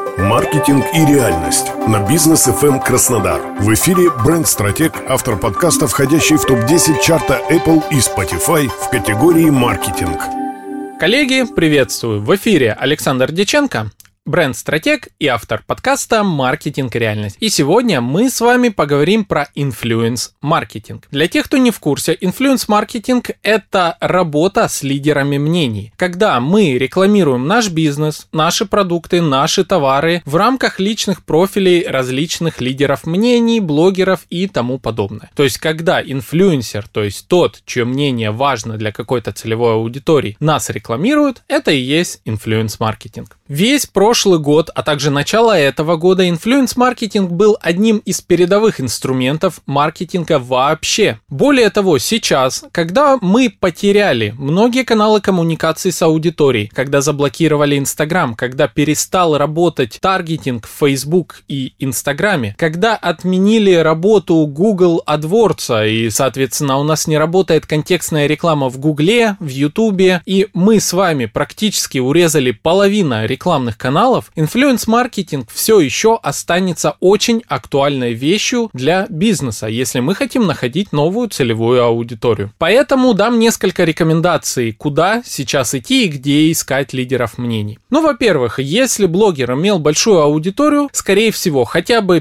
Маркетинг и реальность на Бизнес FM Краснодар. В эфире бренд-стратег, автор подкаста, входящий в топ-10 чарта Apple и Spotify в категории «Маркетинг». Коллеги, приветствую! В эфире Александр Дьяченко, бренд-стратег и автор подкаста «Маркетинг и реальность». И сегодня мы с вами поговорим про инфлюенс-маркетинг. Для тех, кто не в курсе, инфлюенс-маркетинг – это работа с лидерами мнений. Когда мы рекламируем наш бизнес, наши продукты, наши товары в рамках личных профилей различных лидеров мнений, блогеров и тому подобное. То есть, когда инфлюенсер, то есть тот, чье мнение важно для какой-то целевой аудитории, нас рекламирует, это и есть инфлюенс-маркетинг. Весь прошлый год, а также начало этого года инфлюенс-маркетинг был одним из передовых инструментов маркетинга вообще. Более того, сейчас, когда мы потеряли многие каналы коммуникации с аудиторией, когда заблокировали Instagram, когда перестал работать таргетинг в Facebook и Инстаграме, когда отменили работу Google AdWords, и, соответственно, у нас не работает контекстная реклама в Гугле, в Ютубе, и мы с вами практически урезали половину рекламных каналов, инфлюенс-маркетинг все еще останется очень актуальной вещью для бизнеса, если мы хотим находить новую целевую аудиторию. Поэтому дам несколько рекомендаций, куда сейчас идти и где искать лидеров мнений. Ну, во-первых, если блогер имел большую аудиторию, скорее всего, хотя бы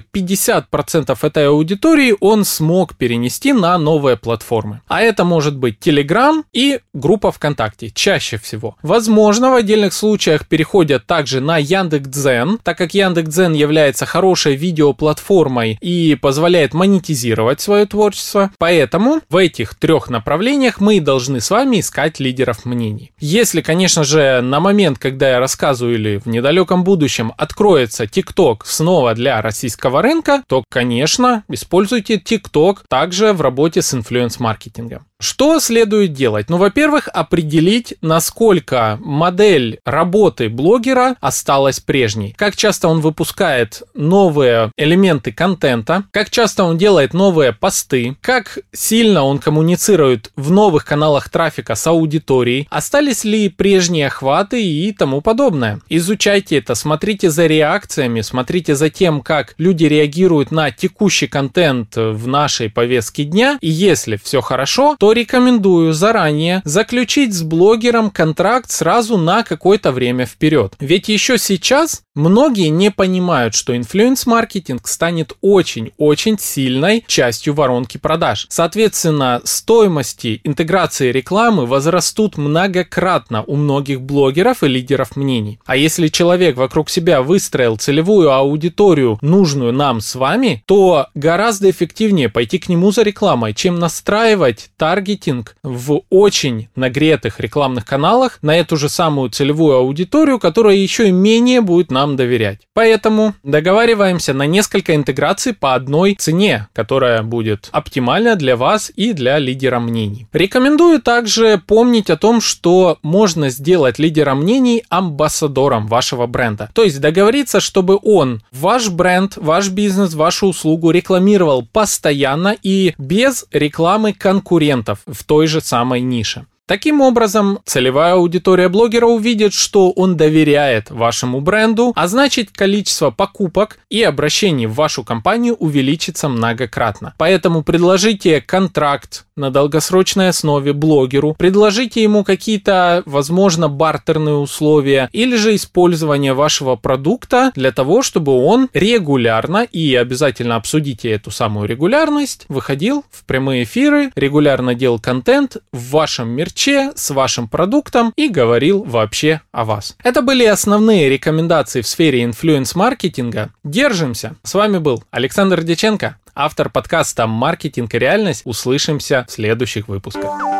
50% этой аудитории он смог перенести на новые платформы. А это может быть Telegram и группа ВКонтакте, чаще всего. Возможно, в отдельных случаях переходят также на Яндекс.Дзен, так как Яндекс.Дзен является хорошей видеоплатформой и позволяет монетизировать свое творчество. Поэтому в этих трех направлениях мы должны с вами искать лидеров мнений. Если, конечно же, на момент, когда я рассказываю, или в недалеком будущем откроется TikTok снова для российского рынка, то, конечно, используйте TikTok также в работе с инфлюенс-маркетингом. Что следует делать? Ну, во-первых, определить, насколько модель работы блогера осталась прежней. Как часто он выпускает новые элементы контента, как часто он делает новые посты, как сильно он коммуницирует в новых каналах трафика с аудиторией, остались ли прежние охваты и тому подобное. Изучайте это, смотрите за реакциями, смотрите за тем, как люди реагируют на текущий контент в нашей повестке дня, и если все хорошо, то рекомендую заранее заключить с блогером контракт сразу на какое-то время вперед. Ведь еще сейчас многие не понимают, что инфлюенс-маркетинг станет очень-очень сильной частью воронки продаж. Соответственно, стоимости интеграции рекламы возрастут многократно у многих блогеров и лидеров мнений. А если человек вокруг себя выстроил целевую аудиторию, нужную нам с вами, то гораздо эффективнее пойти к нему за рекламой, чем настраивать таргетинг в очень нагретых рекламных каналах на эту же самую целевую аудиторию, которая еще и менее будет нам доверять. Поэтому договариваемся на несколько интеграций по одной цене, которая будет оптимальна для вас и для лидера мнений. Рекомендую также помнить о том, что можно сделать лидера мнений амбассадором вашего бренда. То есть договориться, чтобы он ваш бренд, ваш бизнес, вашу услугу рекламировал постоянно и без рекламы конкурентов в той же самой нише. Таким образом, целевая аудитория блогера увидит, что он доверяет вашему бренду, а значит, количество покупок и обращений в вашу компанию увеличится многократно. Поэтому предложите контракт на долгосрочной основе блогеру, предложите ему какие-то, возможно, бартерные условия или же использование вашего продукта для того, чтобы он регулярно, и обязательно обсудите эту самую регулярность, выходил в прямые эфиры, регулярно делал контент в вашем мерче, с вашим продуктом и говорил вообще о вас. Это были основные рекомендации в сфере инфлюенс-маркетинга. Держимся! С вами был Александр Дьяченко, автор подкаста «Маркетинг и реальность». Услышимся в следующих выпусках.